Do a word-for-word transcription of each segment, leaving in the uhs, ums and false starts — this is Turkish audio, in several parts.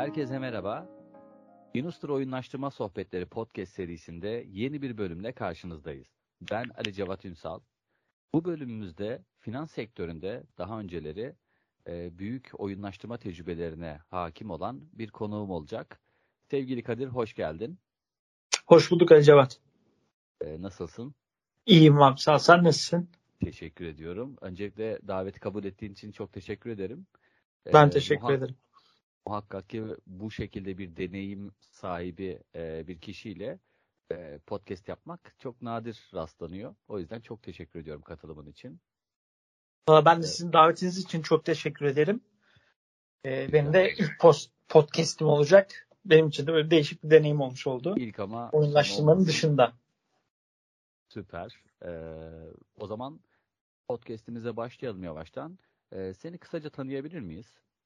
Herkese merhaba. Yunus'tur Oyunlaştırma Sohbetleri podcast serisinde yeni bir bölümle karşınızdayız. Ben Ali Cevat Ünsal. Bu bölümümüzde finans sektöründe daha önceleri e, büyük oyunlaştırma tecrübelerine hakim olan bir konuğum olacak. Sevgili Kadir, hoş geldin. Hoş bulduk Ali Cevat. E, nasılsın? İyiyim abi, sağ ol. Sen nasılsın? Teşekkür ediyorum. Öncelikle daveti kabul ettiğin için çok teşekkür ederim. E, Ben teşekkür muhak- ederim. Muhakkak ki bu şekilde bir deneyim sahibi e, bir kişiyle e, podcast yapmak çok nadir rastlanıyor. O yüzden çok teşekkür ediyorum katılımın için. Valla ben de E, sizin davetiniz için çok teşekkür ederim. Ee, benim Güzel. de ilk post, podcast'im olacak. Benim için de böyle değişik bir deneyim olmuş oldu. İlk ama son Oyunlaştırmanın olmasın. dışında. Süper. E, o zaman podcast'imize başlayalım yavaştan. E, seni kısaca tanıyabilir miyiz?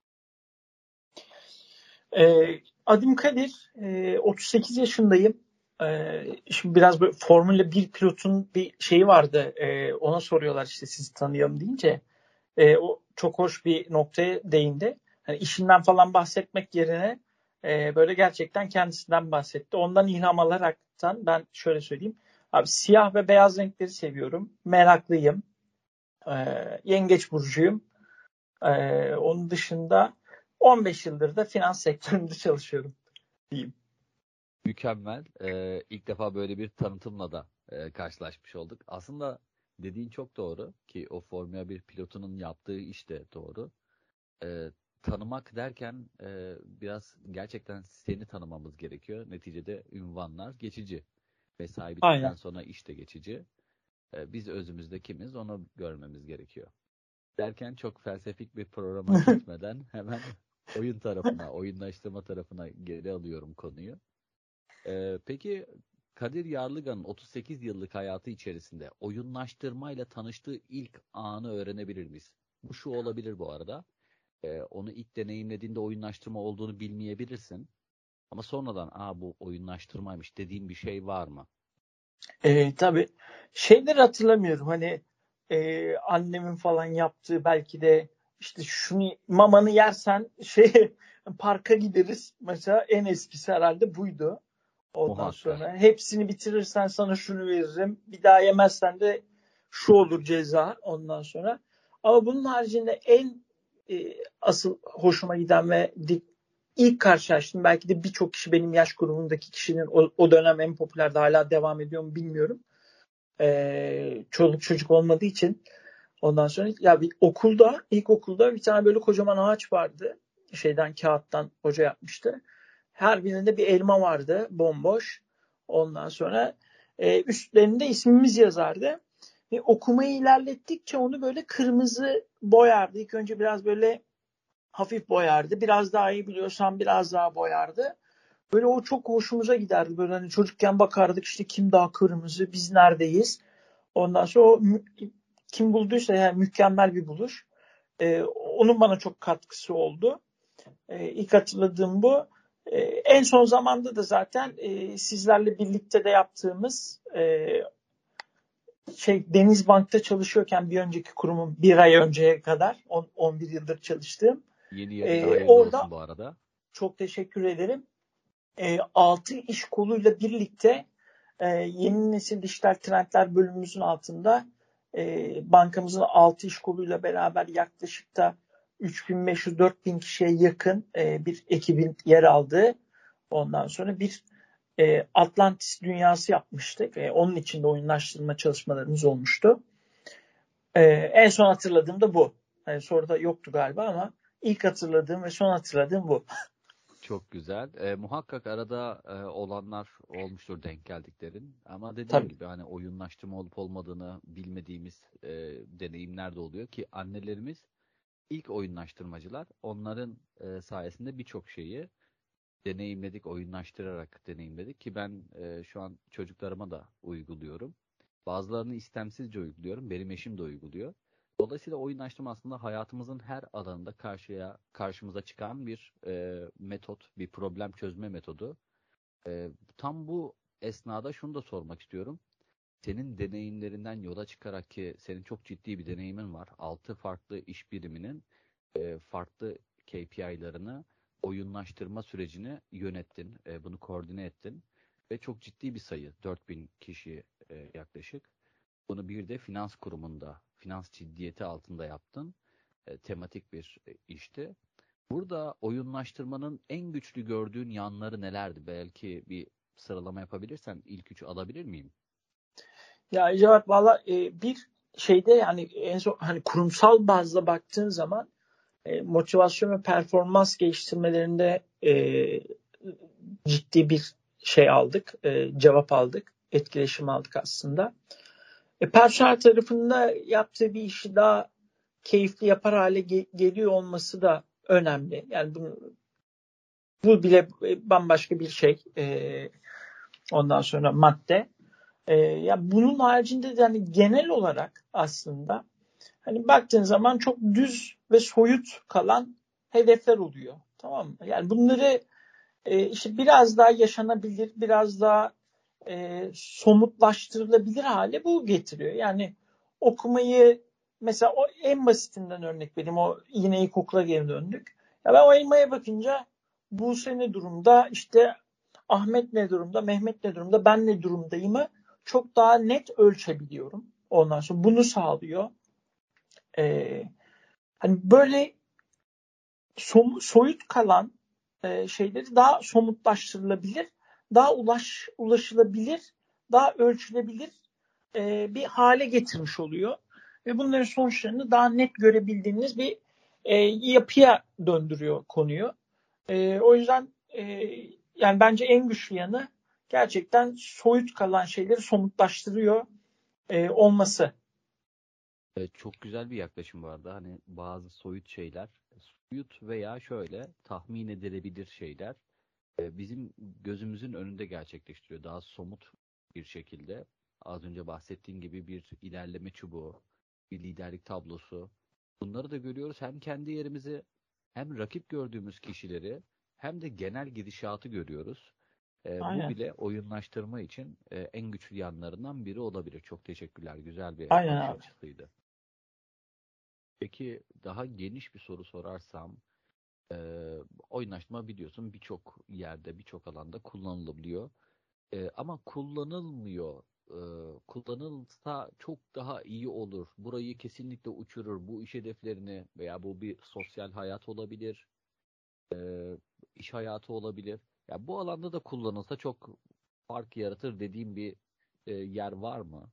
Ee, adım Kadir. Ee, otuz sekiz yaşındayım. Ee, şimdi biraz böyle Formula bir pilotun bir şeyi vardı. Ee, ona soruyorlar işte sizi tanıyalım deyince. Ee, o çok hoş bir noktaya değindi. Hani işinden falan bahsetmek yerine e, böyle gerçekten kendisinden bahsetti. Ondan ilham alaraktan ben şöyle söyleyeyim. Abi siyah ve beyaz renkleri seviyorum. Meraklıyım. Ee, yengeç burcuyum. Ee, onun dışında on beş yıldır da finans sektöründe çalışıyorum diyeyim. Mükemmel. E, ilk defa böyle bir tanıtımla da e, karşılaşmış olduk. Aslında dediğin çok doğru ki o Formula bir pilotunun yaptığı iş de doğru. E, tanımak derken e, biraz gerçekten seni tanımamız gerekiyor. Neticede ünvanlar geçici. Mesai bittikten Aynen. sonra iş de geçici. E, biz özümüzde kimiz onu görmemiz gerekiyor. Derken çok felsefik bir programa gitmeden hemen oyun tarafına, oyunlaştırma tarafına geri alıyorum konuyu. E, peki Kadir Yarlıgan'ın otuz sekiz yıllık hayatı içerisinde oyunlaştırmayla tanıştığı ilk anı öğrenebilir miyiz? Bu şu olabilir bu arada. Ee, onu ilk deneyimlediğinde oyunlaştırma olduğunu bilmeyebilirsin. Ama sonradan aa bu oyunlaştırmaymış dediğin bir şey var mı? Ee, tabii şeyleri hatırlamıyorum. Hani e, annemin falan yaptığı belki de işte şunu mamanı yersen şey parka gideriz. Mesela en eskisi herhalde buydu. Ondan Muhakkak. sonra hepsini bitirirsen sana şunu veririm. Bir daha yemezsen de şu olur ceza ondan sonra. Ama bunun haricinde en e, asıl hoşuma giden ve dik, ilk karşılaştım. Belki de birçok kişi benim yaş grubundaki kişinin o, o dönem en popülerdi. Hala devam ediyor mu bilmiyorum. Ee, çoluk çocuk olmadığı için ondan sonra ya bir okulda ilkokulda bir tane böyle kocaman ağaç vardı. Şeyden kağıttan hoca yapmıştı. Her birinde bir elma vardı bomboş. Ondan sonra e, üstlerinde ismimiz yazardı. Ve okumayı ilerlettikçe onu böyle kırmızı boyardı. İlk önce biraz böyle hafif boyardı. Biraz daha iyi biliyorsan biraz daha boyardı. Böyle o çok hoşumuza giderdi. Böyle hani çocukken bakardık işte kim daha kırmızı, biz neredeyiz. Ondan sonra o kim bulduysa yani mükemmel bir buluş. Ee, onun bana çok katkısı oldu. Ee, ilk hatırladığım bu. Ee, en son zamanda da zaten e, sizlerle birlikte de yaptığımız e, şey Denizbank'ta çalışıyorken bir önceki kurumun bir ay önceye kadar on, on bir yıldır çalıştığım. Yeni yerinde E, hayırlı olsun orada bu arada. çok teşekkür ederim. E, altı iş koluyla birlikte e, yeni nesil dijital trendler bölümümüzün altında e, bankamızın altı iş koluyla beraber yaklaşık da üç bin beş yüz dört bin kişiye yakın e, bir ekibin yer aldığı ondan sonra bir e, Atlantis dünyası yapmıştık. E, onun içinde oyunlaştırma çalışmalarımız olmuştu. E, en son hatırladığım da bu. Yani soruda yoktu galiba ama ilk hatırladığım ve son hatırladığım bu. Çok güzel. E, muhakkak arada e, olanlar olmuştur denk geldiklerin. Ama dediğim Tabii. gibi hani oyunlaştırma olup olmadığını bilmediğimiz e, deneyimler de oluyor ki annelerimiz ilk oyunlaştırmacılar. Onların e, sayesinde birçok şeyi deneyimledik, oyunlaştırarak deneyimledik ki ben e, şu an çocuklarıma da uyguluyorum. Bazılarını istemsizce uyguluyorum. Benim eşim de uyguluyor. Dolayısıyla oyunlaştırma aslında hayatımızın her alanında karşıya karşımıza çıkan bir e, metot, bir problem çözme metodu. E, tam bu esnada şunu da sormak istiyorum. Senin deneyimlerinden yola çıkarak ki senin çok ciddi bir deneyimin var. Altı farklı iş biriminin e, farklı K P I'larını oyunlaştırma sürecini yönettin, e, bunu koordine ettin ve çok ciddi bir sayı, dört bin kişi e, yaklaşık. Bunu bir de finans kurumunda, finans ciddiyeti altında yaptın. E, tematik bir e, işti. Burada oyunlaştırmanın en güçlü gördüğün yanları nelerdi? Belki bir sıralama yapabilirsen ilk üçü alabilir miyim? Ya Cevat valla e, bir şeyde yani en son hani kurumsal bazda baktığın zaman e, motivasyon ve performans geliştirmelerinde e, ciddi bir şey aldık, e, cevap aldık, etkileşim aldık aslında. E, personel tarafında yaptığı bir işi daha keyifli yapar hale ge- geliyor olması da önemli. Yani bu, bu bile bambaşka bir şey. E, ondan sonra madde. E, ya bunun haricinde de hani genel olarak aslında hani baktığın zaman çok düz ve soyut kalan hedefler oluyor. Tamam mı? Yani bunları e, işte biraz daha yaşanabilir, biraz daha e, somutlaştırılabilir hale bu getiriyor. Yani okumayı mesela o en basitinden örnek vereyim. O yine ilkokula geri döndük. Ya ben o elmaya bakınca Buse ne durumda, işte Ahmet ne durumda, Mehmet ne durumda, ben ne durumdayımı çok daha net ölçebiliyorum. Ondan sonra bunu sağlıyor. Ee, hani böyle som, soyut kalan e, şeyleri daha somutlaştırılabilir, daha ulaş, ulaşılabilir, daha ölçülebilir e, bir hale getirmiş oluyor. Ve bunların sonuçlarını daha net görebildiğiniz bir e, yapıya döndürüyor konuyu. E, o yüzden e, yani bence en güçlü yanı gerçekten soyut kalan şeyleri somutlaştırıyor e, olması. Evet, çok güzel bir yaklaşım bu arada. Hani bazı soyut şeyler, soyut veya şöyle tahmin edilebilir şeyler e, bizim gözümüzün önünde gerçekleştiriyor. Daha somut bir şekilde. Az önce bahsettiğin gibi bir ilerleme çubuğu, bir liderlik tablosu. Bunları da görüyoruz. Hem kendi yerimizi, hem rakip gördüğümüz kişileri, hem de genel gidişatı görüyoruz. E, bu Aynen. bile oyunlaştırma için e, en güçlü yanlarından biri olabilir. Çok teşekkürler. Güzel bir Aynen bakış abi. açısıydı. Peki daha geniş bir soru sorarsam, e, oyunlaşma biliyorsun birçok yerde, birçok alanda kullanılabiliyor. E, ama kullanılmıyor. E, kullanılsa çok daha iyi olur. Burayı kesinlikle uçurur. Bu iş hedeflerini veya bu bir sosyal hayat olabilir, e, iş hayatı olabilir. Ya bu alanda da kullanılsa çok fark yaratır dediğim bir e, yer var mı?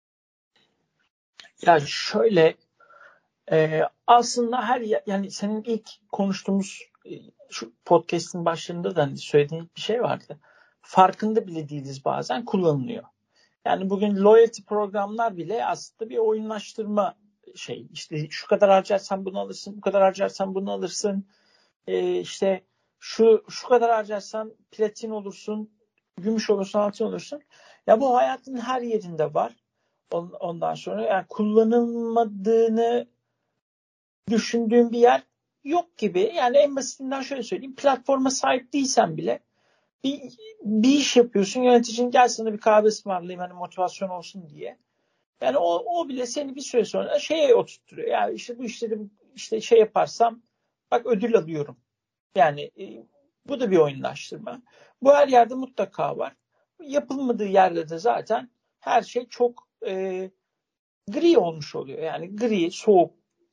Ya şöyle Ee, aslında her yani senin ilk konuştuğumuz e, şu podcast'in başlarında da hani söylediğin bir şey vardı. Farkında bile değiliz bazen kullanılıyor. Yani bugün loyalty programlar bile aslında bir oyunlaştırma şey. İşte şu kadar harcarsan bunu alırsın, bu kadar harcarsan bunu alırsın. Ee, işte şu şu kadar harcarsan platin olursun, gümüş olursun, altın olursun. Ya bu hayatın her yerinde var. Ondan sonra yani kullanılmadığını düşündüğüm bir yer yok gibi. Yani en basitinden şöyle söyleyeyim. Platforma sahip değilsen bile bir, bir iş yapıyorsun. Yöneticinin gel sana bir kahve ısmarlayayım hani motivasyon olsun diye. Yani o, o bile seni bir süre sonra şeye oturtturuyor. Yani işte bu işleri işte şey yaparsam bak ödül alıyorum. Yani e, bu da bir oyunlaştırma. Bu her yerde mutlaka var. Yapılmadığı yerde de zaten her şey çok e, gri olmuş oluyor. Yani gri, soğuk,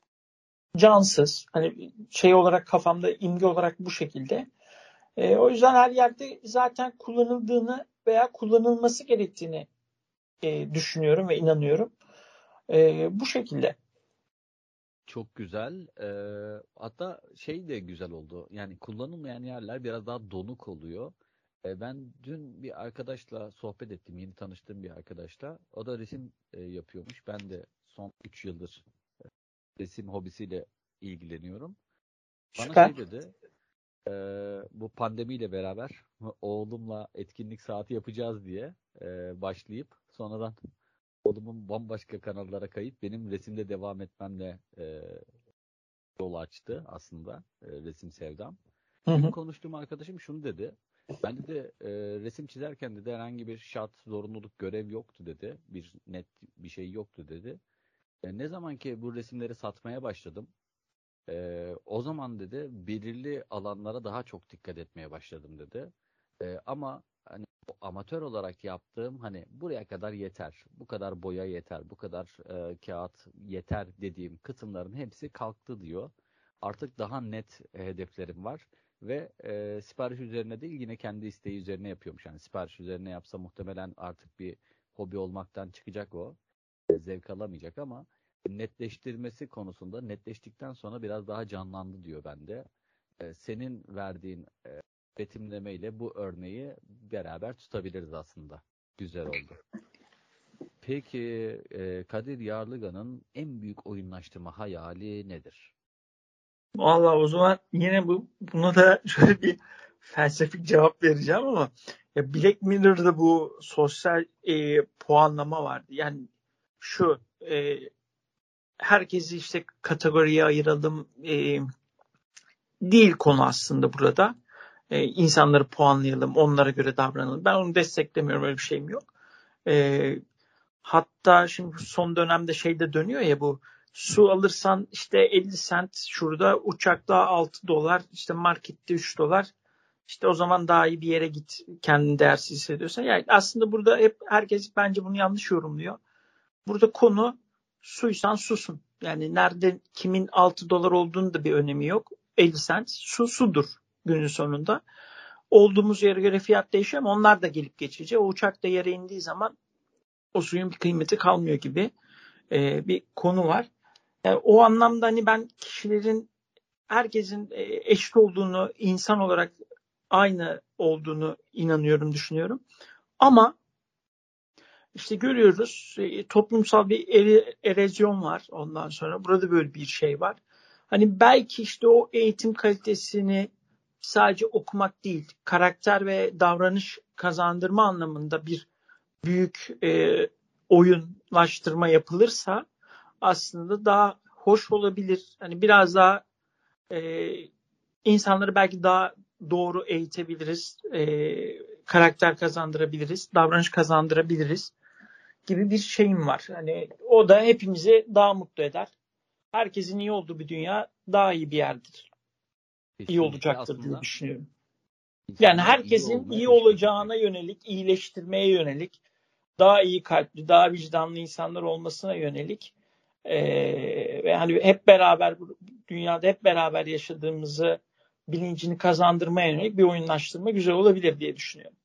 cansız. Hani şey olarak kafamda imge olarak bu şekilde. E, o yüzden her yerde zaten kullanıldığını veya kullanılması gerektiğini e, düşünüyorum ve inanıyorum. E, bu şekilde. Çok güzel. Ee, hatta şey de güzel oldu. Yani kullanılmayan yerler biraz daha donuk oluyor. Ee, ben dün bir arkadaşla sohbet ettim. Yeni tanıştığım bir arkadaşla. O da resim e, yapıyormuş. Ben de son üç yıldır resim hobisiyle ilgileniyorum. Bana Süper. şey dedi. e, Bu pandemiyle beraber oğlumla etkinlik saati yapacağız diye e, başlayıp sonradan oğlumun bambaşka kanallara kayıp benim resimde devam etmemle e, yol açtı aslında e, resim sevdam. Hı Dün hı. konuştuğum arkadaşım şunu dedi. Ben dedi e, resim çizerken dedi herhangi bir şart, zorunluluk, görev yoktu dedi. Bir net bir şey yoktu dedi. E, ne zaman ki bu resimleri satmaya başladım. E, o zaman dedi belirli alanlara daha çok dikkat etmeye başladım dedi. E, ama hani o amatör olarak yaptığım hani buraya kadar yeter, bu kadar boya yeter, bu kadar e, kağıt yeter dediğim kısımların hepsi kalktı diyor. Artık daha net e, hedeflerim var ve e, sipariş üzerine değil yine kendi isteği üzerine yapıyormuş. Yani sipariş üzerine yapsa muhtemelen artık bir hobi olmaktan çıkacak o. E, zevk alamayacak ama netleştirmesi konusunda netleştikten sonra biraz daha canlandı diyor bende. E, senin verdiğin e, betimlemeyle bu örneği beraber tutabiliriz aslında. Güzel oldu. Peki e, Kadir Yarlıgan'ın en büyük oyunlaştırma hayali nedir? Vallahi o zaman yine bu buna da şöyle bir felsefik cevap vereceğim ama ya Black Mirror'da bu sosyal e, puanlama vardı. Yani şu e, herkesi işte kategoriye ayıralım e, değil konu aslında burada. E, insanları puanlayalım, onlara göre davranalım. Ben onu desteklemiyorum, öyle bir şeyim yok. E, hatta şimdi son dönemde şeyde dönüyor ya, bu su alırsan işte elli sent, şurada uçakta altı dolar, işte markette üç dolar. İşte o zaman daha iyi bir yere git, kendini değersiz hissediyorsan. Yani aslında burada hep herkes bence bunu yanlış yorumluyor. Burada konu suysan susun. Yani nerede kimin altı dolar olduğunu da bir önemi yok. elli sent su sudur günün sonunda. Olduğumuz yere göre fiyat değişiyor ama onlar da gelip geçici. O uçak da yere indiği zaman o suyun bir kıymeti kalmıyor gibi e, bir konu var. Yani o anlamda hani ben kişilerin, herkesin e, eşit olduğunu, insan olarak aynı olduğunu inanıyorum, düşünüyorum. Ama işte görüyoruz e, toplumsal bir ere, erozyon var ondan sonra. Burada böyle bir şey var. Hani belki işte o eğitim kalitesini sadece okumak değil, karakter ve davranış kazandırma anlamında bir büyük e, oyunlaştırma yapılırsa aslında daha hoş olabilir. Hani biraz daha e, insanları belki daha doğru eğitebiliriz, e, karakter kazandırabiliriz, davranış kazandırabiliriz gibi bir şeyim var. Hani o da hepimizi daha mutlu eder. Herkesin iyi olduğu bir dünya daha iyi bir yerdir. İyi Kesinlikle olacaktır diye aslında düşünüyorum. Yani insanlar iyi herkesin olmaya iyi teşvik etmek. olacağına yönelik, iyileştirmeye yönelik, daha iyi kalpli, daha vicdanlı insanlar olmasına yönelik ee, ve hani hep beraber dünyada hep beraber yaşadığımızı bilincini kazandırmaya yönelik bir oyunlaştırma güzel olabilir diye düşünüyorum.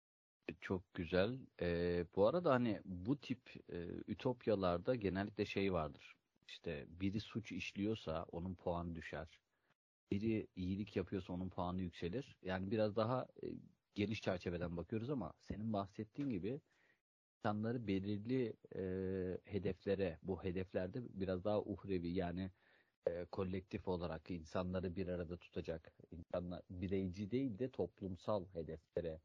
Çok güzel. Ee, bu arada hani bu tip e, ütopyalarda genellikle şey vardır. İşte biri suç işliyorsa onun puanı düşer. Biri iyilik yapıyorsa onun puanı yükselir. Yani biraz daha e, geniş çerçeveden bakıyoruz ama senin bahsettiğin gibi insanları belirli e, hedeflere, bu hedeflerde biraz daha uhrevi yani e, kolektif olarak insanları bir arada tutacak, insanlar bireyci değil de toplumsal hedeflere,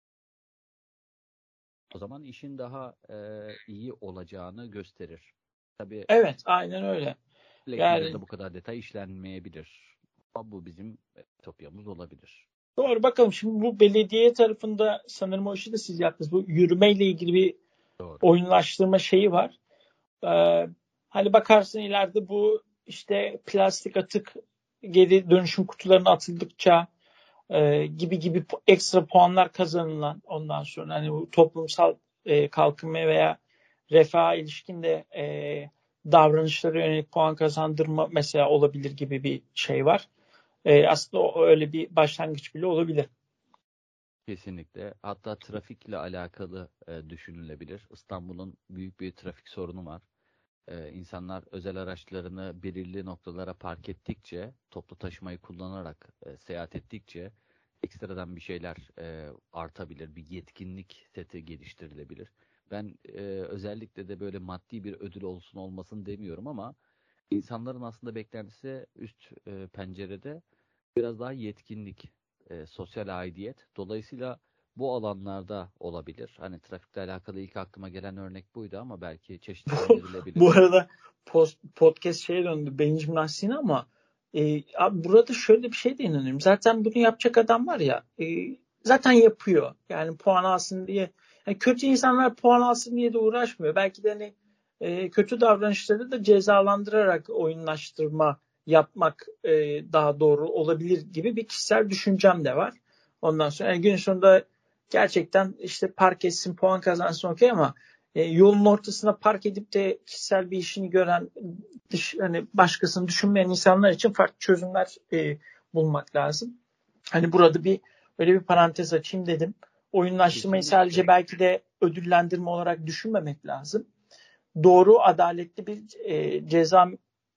o zaman işin daha e, iyi olacağını gösterir. Tabii Evet, aynen öyle. Black Yani Mirror'da bu kadar detay işlenmeyebilir. Ama bu bizim ütopyamız olabilir. doğru, bakalım şimdi bu belediye tarafında sanırım o işi de siz yaptınız. Bu yürümeyle ilgili bir Doğru. oyunlaştırma şeyi var. Ee, hani bakarsın ileride bu işte plastik atık geri dönüşüm kutularına atıldıkça e, gibi gibi ekstra puanlar kazanılan, ondan sonra hani bu toplumsal e, kalkınmaya veya refaha ilişkin de e, davranışlara yönelik puan kazandırma mesela olabilir gibi bir şey var. E, aslında o öyle bir başlangıç bile olabilir. Kesinlikle. Hatta trafikle alakalı e, düşünülebilir. İstanbul'un büyük bir trafik sorunu var. E, insanlar özel araçlarını belirli noktalara park ettikçe, toplu taşımayı kullanarak e, seyahat ettikçe ekstradan bir şeyler e, artabilir. Bir yetkinlik seti geliştirilebilir. Ben e, özellikle de böyle maddi bir ödül olsun olmasın demiyorum ama insanların aslında beklentisi üst e, pencerede biraz daha yetkinlik, e, sosyal aidiyet. Dolayısıyla bu alanlarda olabilir. Hani trafikle alakalı ilk aklıma gelen örnek buydu ama belki Bu çeşitlendirilebilir. arada post, podcast şeye döndü, beyin jimnastiğine, ama e, abi burada şöyle bir şey de inanıyorum. Zaten bunu yapacak adam var ya, e, zaten yapıyor. Yani puan alsın diye. Yani kötü insanlar puan alsın diye de uğraşmıyor. Belki de hani e, kötü davranışları da cezalandırarak oyunlaştırma yapmak e, daha doğru olabilir gibi bir kişisel düşüncem de var. Ondan sonra yani gün sonunda gerçekten işte park etsin, puan kazansın okey ama e, yolun ortasına park edip de kişisel bir işini gören, dış, hani başkasını düşünmeyen insanlar için farklı çözümler e, bulmak lazım. Hani burada bir böyle bir parantez açayım dedim. Oyunlaştırmayı Kesinlikle. sadece belki de ödüllendirme olarak düşünmemek lazım. Doğru, adaletli bir e, ceza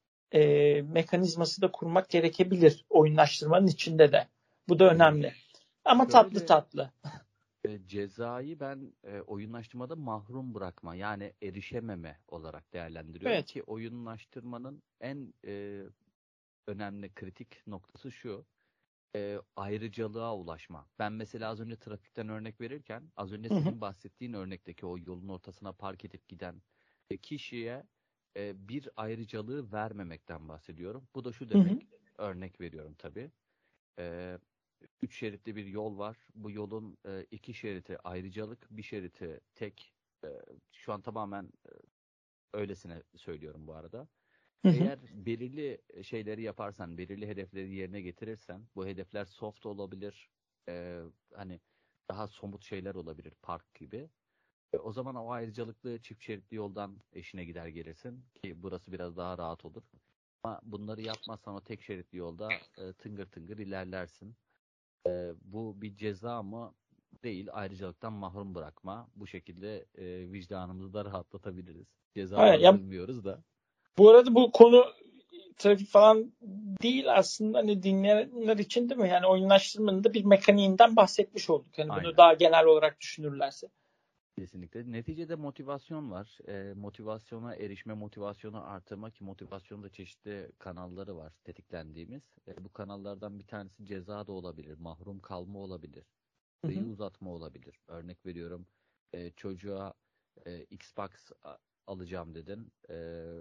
e, mekanizması da kurmak gerekebilir oyunlaştırmanın içinde de. Bu da önemli. Ee, Ama şöyle, tatlı tatlı. e, cezayı ben e, oyunlaştırmada mahrum bırakma yani erişememe olarak değerlendiriyorum Evet. ki oyunlaştırmanın en e, önemli kritik noktası şu. E, ayrıcalığa ulaşma. Ben mesela az önce trafikten örnek verirken az önce Hı hı. senin bahsettiğin örnekteki o yolun ortasına park edip giden e, kişiye e, bir ayrıcalığı vermemekten bahsediyorum. Bu da şu Hı hı. demek, örnek veriyorum tabii. E, üç şeritli bir yol var. Bu yolun e, iki şeriti ayrıcalık, bir şeriti tek. E, şu an tamamen e, öylesine söylüyorum bu arada. Hı hı. Eğer belirli şeyleri yaparsan, belirli hedefleri yerine getirirsen, bu hedefler soft olabilir, e, hani daha somut şeyler olabilir, park gibi. E, o zaman o ayrıcalıklı çift şeritli yoldan eşine gider gelirsin ki burası biraz daha rahat olur. Ama bunları yapmazsan o tek şeritli yolda e, tıngır tıngır ilerlersin. E, bu bir ceza mı? Değil, ayrıcalıktan mahrum bırakma. Bu şekilde e, vicdanımızı da rahatlatabiliriz. Ceza Aynen. Ya, yazdırmıyoruz da. bu arada bu konu trafik falan değil aslında, hani dinleyenler için değil mi? Yani oyunlaştırmanın da bir mekaniğinden bahsetmiş olduk. Hani bunu Aynen. daha genel olarak düşünürlerse. Kesinlikle. Neticede motivasyon var. E, motivasyona erişme, motivasyonu artırma ki motivasyonun da çeşitli kanalları var tetiklendiğimiz. E, bu kanallardan bir tanesi ceza da olabilir, mahrum kalma olabilir, Hı süreyi hı. uzatma olabilir. Örnek veriyorum, e, çocuğa e, Xbox a- alacağım dedin. E,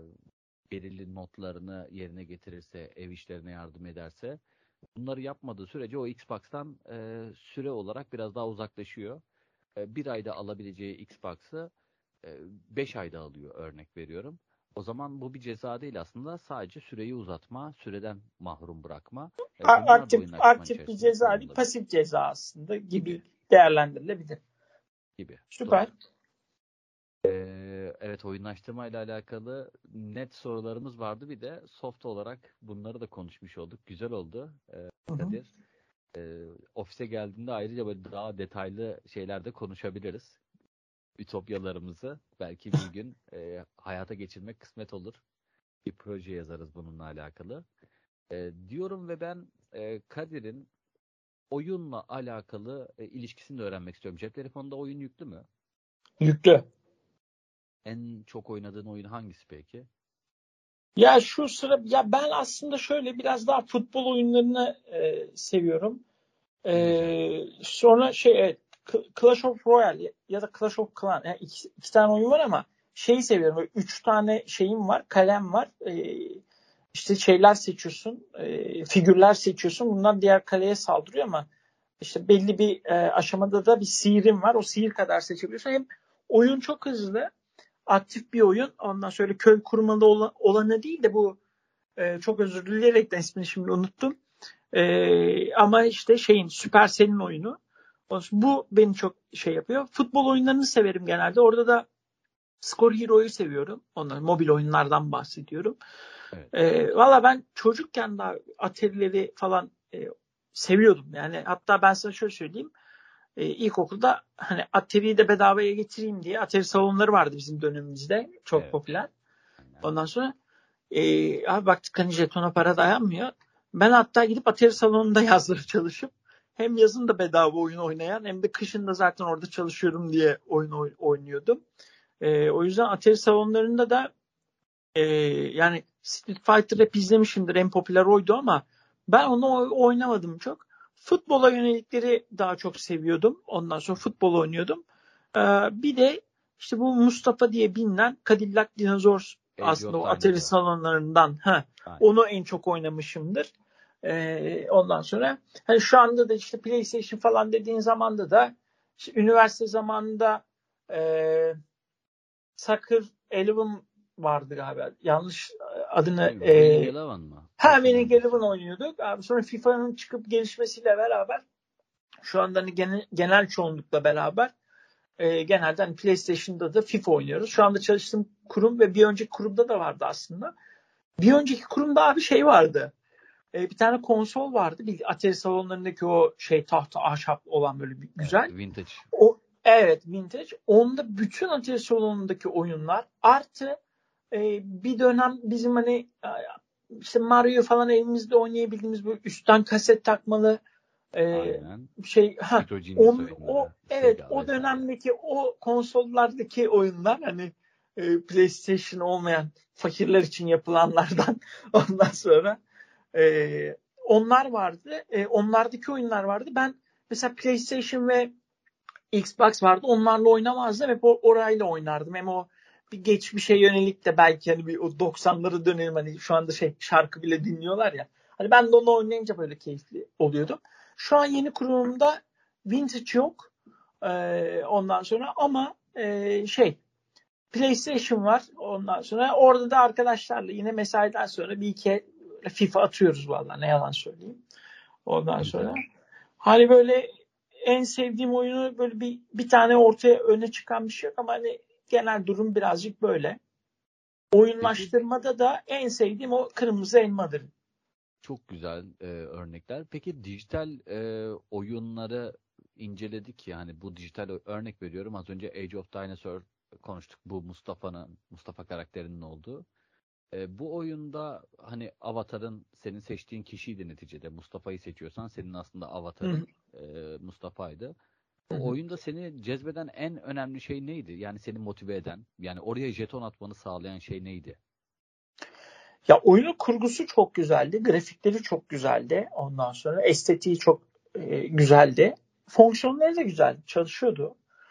belirli notlarını yerine getirirse, ev işlerine yardım ederse, bunları yapmadığı sürece o Xbox'tan e, süre olarak biraz daha uzaklaşıyor. E, bir ayda alabileceği Xbox'ı e, beş ayda alıyor, örnek veriyorum. O zaman bu bir ceza değil aslında, sadece süreyi uzatma, süreden mahrum bırakma. E, A- bunlar da Aktif oyunlaştırma aktif bir içerisinde ceza değil, kullanılabilir pasif ceza aslında gibi gibi değerlendirilebilir. gibi. Süper. Doğru. Ee, evet, oyunlaştırma ile alakalı net sorularımız vardı. Bir de soft olarak bunları da konuşmuş olduk. Güzel oldu. Ee, Hı hı. Kadir, e, ofise geldiğinde ayrıca böyle daha detaylı şeyler de konuşabiliriz. Ütopyalarımızı belki bir gün e, hayata geçirmek kısmet olur. Bir proje yazarız bununla alakalı. E, diyorum ve ben e, Kadir'in oyunla alakalı e, ilişkisini de öğrenmek istiyorum. Cep telefonunda oyun yüklü mü? Yüklü. En çok oynadığın oyun hangisi peki? Ya şu sıra, ya ben aslında şöyle biraz daha futbol oyunlarını e, seviyorum. Ne güzel. E, sonra şey evet, K- Clash of Royale ya da Clash of Clans, yani iki, iki tane oyun var ama şeyi seviyorum. Böyle üç tane şeyim var, kalem var. E, işte şeyler seçiyorsun, e, figürler seçiyorsun. Bunlar diğer kaleye saldırıyor ama işte belli bir e, aşamada da bir sihirin var. O sihir kadar seçebiliyorsun. Hem oyun çok hızlı, aktif bir oyun. Ondan sonra köy kurmalı olan, olanı değil de bu, e, çok özür dileyerek de ismini şimdi unuttum. E, ama işte şeyin, Supercell'in oyunu. Bu beni çok şey yapıyor. Futbol oyunlarını severim genelde. Orada da Skor Hero'yu seviyorum. Onlar mobil oyunlardan bahsediyorum. Evet. E, Valla ben çocukken daha Atari'leri falan e, seviyordum. Yani hatta ben sana şöyle söyleyeyim. E, ilkokulda hani Atari'yi de bedavaya getireyim diye Atari salonları vardı bizim dönemimizde. Çok Evet. popüler. Aynen. Ondan sonra e, abi baktık hani jetona para dayanmıyor. Ben hatta gidip Atari salonunda yazları çalışıp hem yazın da bedava oyun oynayan hem de kışın da zaten orada çalışıyorum diye oyun oy- oynuyordum. E, o yüzden Atari salonlarında da e, yani Street Fighter hep izlemişimdir. En popüler oydu ama ben onu oy- oynamadım çok. Futbola yönelikleri daha çok seviyordum. Ondan sonra futbol oynuyordum. Ee, bir de işte bu Mustafa diye bilinen Cadillac Dinosaurs, Age aslında of o Atari Dinosaur. salonlarından. Ha, Aynen. onu en çok oynamışımdır. Ee, ondan sonra hani şu anda da işte PlayStation falan dediğin zamanda da işte üniversite zamanında e, Soccer Eleven vardı galiba. Yanlış adını... Winning E, Eleven mı? Ha, Winning Eleven oynuyorduk. Abi sonra FIFA'nın çıkıp gelişmesiyle beraber şu anda hani genel, genel çoğunlukla beraber e, genelde hani PlayStation'da da FIFA oynuyoruz. Şu anda çalıştığım kurum ve bir önceki kurumda da vardı aslında. Bir önceki kurumda abi şey vardı. E, bir tane konsol vardı. Bir Atari salonlarındaki o şey tahta ahşap olan böyle bir güzel. Evet, vintage. O, evet vintage. Onda bütün Atari salonundaki oyunlar artı e, bir dönem bizim hani işte Mario falan elimizde oynayabildiğimiz böyle üstten kaset takmalı e, şey ha on, o evet Sega o vesaire. Dönemdeki o konsollardaki oyunlar hani e, PlayStation olmayan fakirler için yapılanlardan ondan sonra e, onlar vardı. E, onlardaki oyunlar vardı. Ben mesela PlayStation ve Xbox vardı. Onlarla oynamazdım. Hep orayla oynardım. Hem o bir geçmişe yönelik de belki hani bir o doksanları dönelim hani şu anda şey şarkı bile dinliyorlar ya. Hani ben de onu oynayınca böyle keyifli oluyordum. Şu an yeni kurulumda vintage yok. Ee, ondan sonra ama e, şey PlayStation var. Ondan sonra orada da arkadaşlarla yine mesaiden sonra bir iki FIFA atıyoruz vallahi ne yalan söyleyeyim. Ondan sonra hani böyle en sevdiğim oyunu böyle bir bir tane ortaya öne çıkan bir şey yok ama hani genel durum birazcık böyle. Oyunlaştırmada Peki, da en sevdiğim o kırmızı elmadır. Çok güzel e, örnekler. Peki dijital e, oyunları inceledik yani bu dijital örnek veriyorum. Az önce Age of Dinosaur konuştuk. Bu Mustafa'nın Mustafa karakterinin olduğu. E, bu oyunda hani avatarın senin seçtiğin kişiydi neticede. Mustafa'yı seçiyorsan senin aslında avatarın e, Mustafa'ydı. O Hı-hı. oyunda seni cezbeden en önemli şey neydi? Yani seni motive eden, yani oraya jeton atmanı sağlayan şey neydi? Ya oyunun kurgusu çok güzeldi, grafikleri çok güzeldi. Ondan sonra estetiği çok e, güzeldi. Fonksiyonları da güzel, çalışıyordu.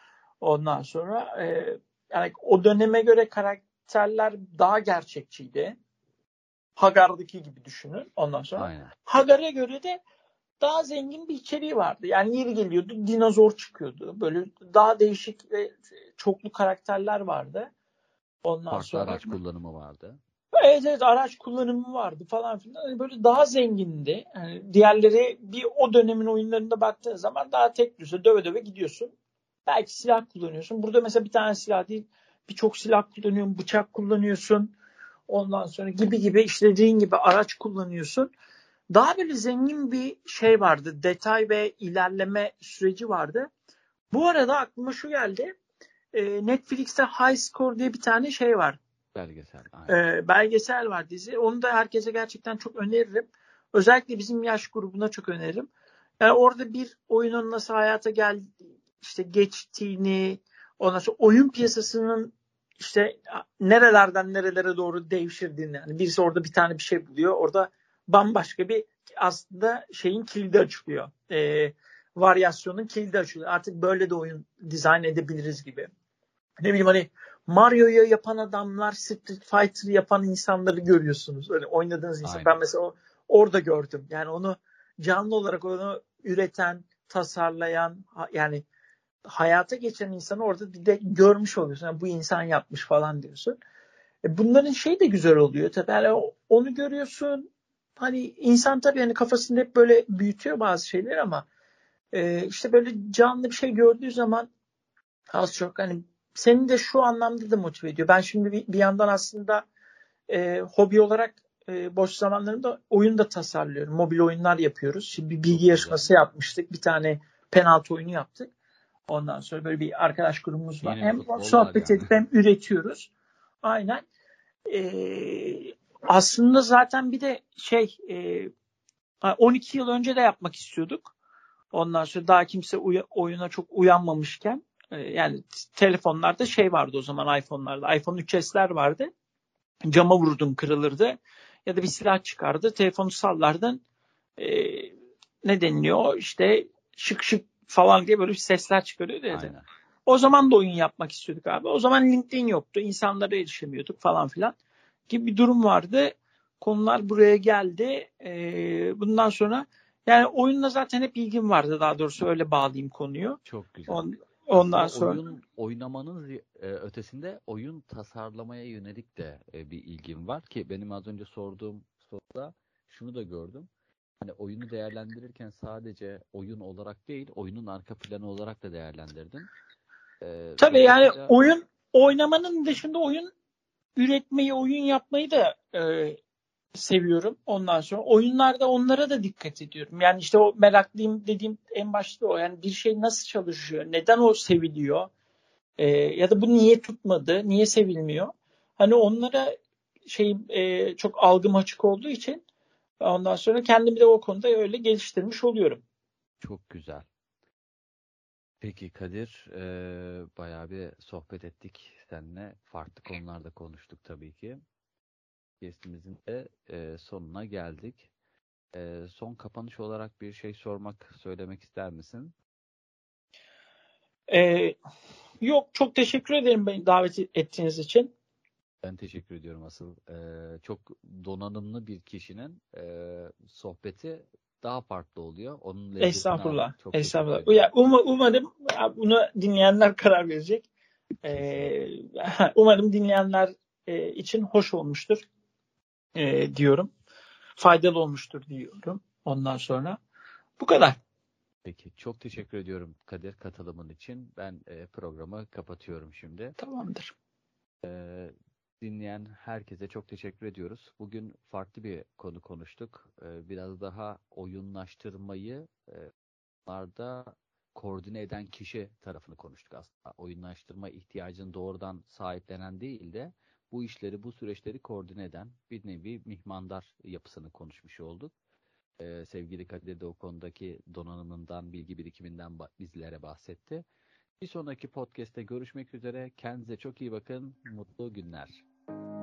Ondan sonra e, yani o döneme göre karakterler daha gerçekçiydi. Hagar'daki gibi düşünün. Ondan sonra Aynen. Hagar'a göre de daha zengin bir içeriği vardı. Yani yeri geliyordu, dinozor çıkıyordu. Böyle daha değişik ve çoklu karakterler vardı. Ondan Farklı sonra araç kullanımı vardı. Evet evet araç kullanımı vardı falan filan. Yani böyle daha zengindi. Yani diğerleri bir o dönemin oyunlarında baktığın zaman daha tek düze döve döve gidiyorsun. Belki silah kullanıyorsun. Burada mesela bir tane silah değil, birçok silah kullanıyorsun, bıçak kullanıyorsun. Ondan sonra gibi gibi işlediğin gibi araç kullanıyorsun. Daha böyle zengin bir şey vardı. Detay ve ilerleme süreci vardı. Bu arada aklıma şu geldi. Netflix'te High Score diye bir tane şey var. Belgesel. Aynen. Belgesel var dizi. Onu da herkese gerçekten çok öneririm. Özellikle bizim yaş grubuna çok öneririm. Yani orada bir oyunun nasıl hayata geldi, işte geçtiğini, ondan sonra oyun piyasasının işte nerelerden nerelere doğru devşirdiğini. Yani birisi orada bir tane bir şey buluyor. Orada bambaşka bir aslında şeyin kilidi açılıyor. Ee, varyasyonun kilidi açılıyor. Artık böyle de oyun dizayn edebiliriz gibi. Ne bileyim hani Mario'yu yapan adamlar, Street Fighter yapan insanları görüyorsunuz. Öyle oynadığınız insan. Aynen. Ben mesela o, orada gördüm. Yani onu canlı olarak onu üreten, tasarlayan, yani hayata geçen insanı orada bir de görmüş oluyorsun. Yani bu insan yapmış falan diyorsun. E bunların şey de güzel oluyor tabii. Yani onu görüyorsun. Hani insan tabii yani kafasında hep böyle büyütüyor bazı şeyleri ama e, işte böyle canlı bir şey gördüğü zaman az çok hani seni de şu anlamda da motive ediyor. Ben şimdi bir, bir yandan aslında e, hobi olarak e, boş zamanlarımda oyun da tasarlıyorum. Mobil oyunlar yapıyoruz. Şimdi bir bilgi yarışması yapmıştık. Bir tane penaltı oyunu yaptık. Ondan sonra böyle bir arkadaş grubumuz var. Yine hem sohbet yani. edip hem üretiyoruz. Aynen. Ee, aslında zaten bir de şey e, on iki yıl önce de yapmak istiyorduk. Ondan sonra daha kimse uy- oyuna çok uyanmamışken yani telefonlarda şey vardı o zaman iPhone'larda. iPhone üç S'ler vardı. Cama vurdun kırılırdı. Ya da bir silah çıkardı. Telefonu sallardın. Ee, ne deniliyor? İşte şık şık falan diye böyle bir sesler çıkarıyordu ya. Aynen. O zaman da oyun yapmak istiyorduk abi. O zaman LinkedIn yoktu. İnsanlara erişemiyorduk falan filan gibi bir durum vardı. Konular buraya geldi. Ee, bundan sonra yani oyunla zaten hep ilgim vardı daha doğrusu öyle bağlayayım konuyu. Çok güzel. On, Ondan Aslında sonra oyun oynamanın zi- e, ötesinde oyun tasarlamaya yönelik de e, bir ilgim var ki benim az önce sorduğum soruda şunu da gördüm. Hani oyunu değerlendirirken sadece oyun olarak değil, oyunun arka planı olarak da değerlendirdin. E, tabii yani dolayısıyla oyun oynamanın dışında oyun üretmeyi, oyun yapmayı da e, seviyorum. Ondan sonra oyunlarda onlara da dikkat ediyorum. Yani işte o meraklıyım dediğim en başta o. Yani bir şey nasıl çalışıyor? Neden o seviliyor? E, ya da bu niye tutmadı? Niye sevilmiyor? Hani onlara şey e, çok algım açık olduğu için ondan sonra kendimi de o konuda öyle geliştirmiş oluyorum. çok güzel. Peki Kadir, e, bayağı bir sohbet ettik seninle. Farklı konularda konuştuk tabii ki. Podcast'imizin de e, sonuna geldik. E, son kapanış olarak bir şey sormak, söylemek ister misin? E, yok çok teşekkür ederim beni davet ettiğiniz için. Ben teşekkür ediyorum asıl. E, çok donanımlı bir kişinin e, sohbeti daha farklı oluyor. Onun lezzetini Estağfurullah. aldım. Çok teşekkür Estağfurullah. ediyorum. Ya, um- umarım ya, bunu dinleyenler karar verecek. Ee, Kesinlikle. umarım dinleyenler e, için hoş olmuştur e, diyorum. Faydalı olmuştur diyorum. Ondan sonra bu kadar. Peki, çok teşekkür ediyorum Kadir katılımın için. Ben e, programı kapatıyorum şimdi. Tamamdır. Ee, dinleyen herkese çok teşekkür ediyoruz. Bugün farklı bir konu konuştuk. Ee, biraz daha oyunlaştırmayı e, onlarda koordine eden kişi tarafını konuştuk aslında. Oyunlaştırma ihtiyacını doğrudan sahiplenen değil de bu işleri, bu süreçleri koordine eden bir nevi mihmandar yapısını konuşmuş olduk. Ee, sevgili Kadir de o konudaki donanımından, bilgi birikiminden ba- bizlere bahsetti. Bir sonraki podcast'te görüşmek üzere. Kendinize çok iyi bakın. Mutlu günler.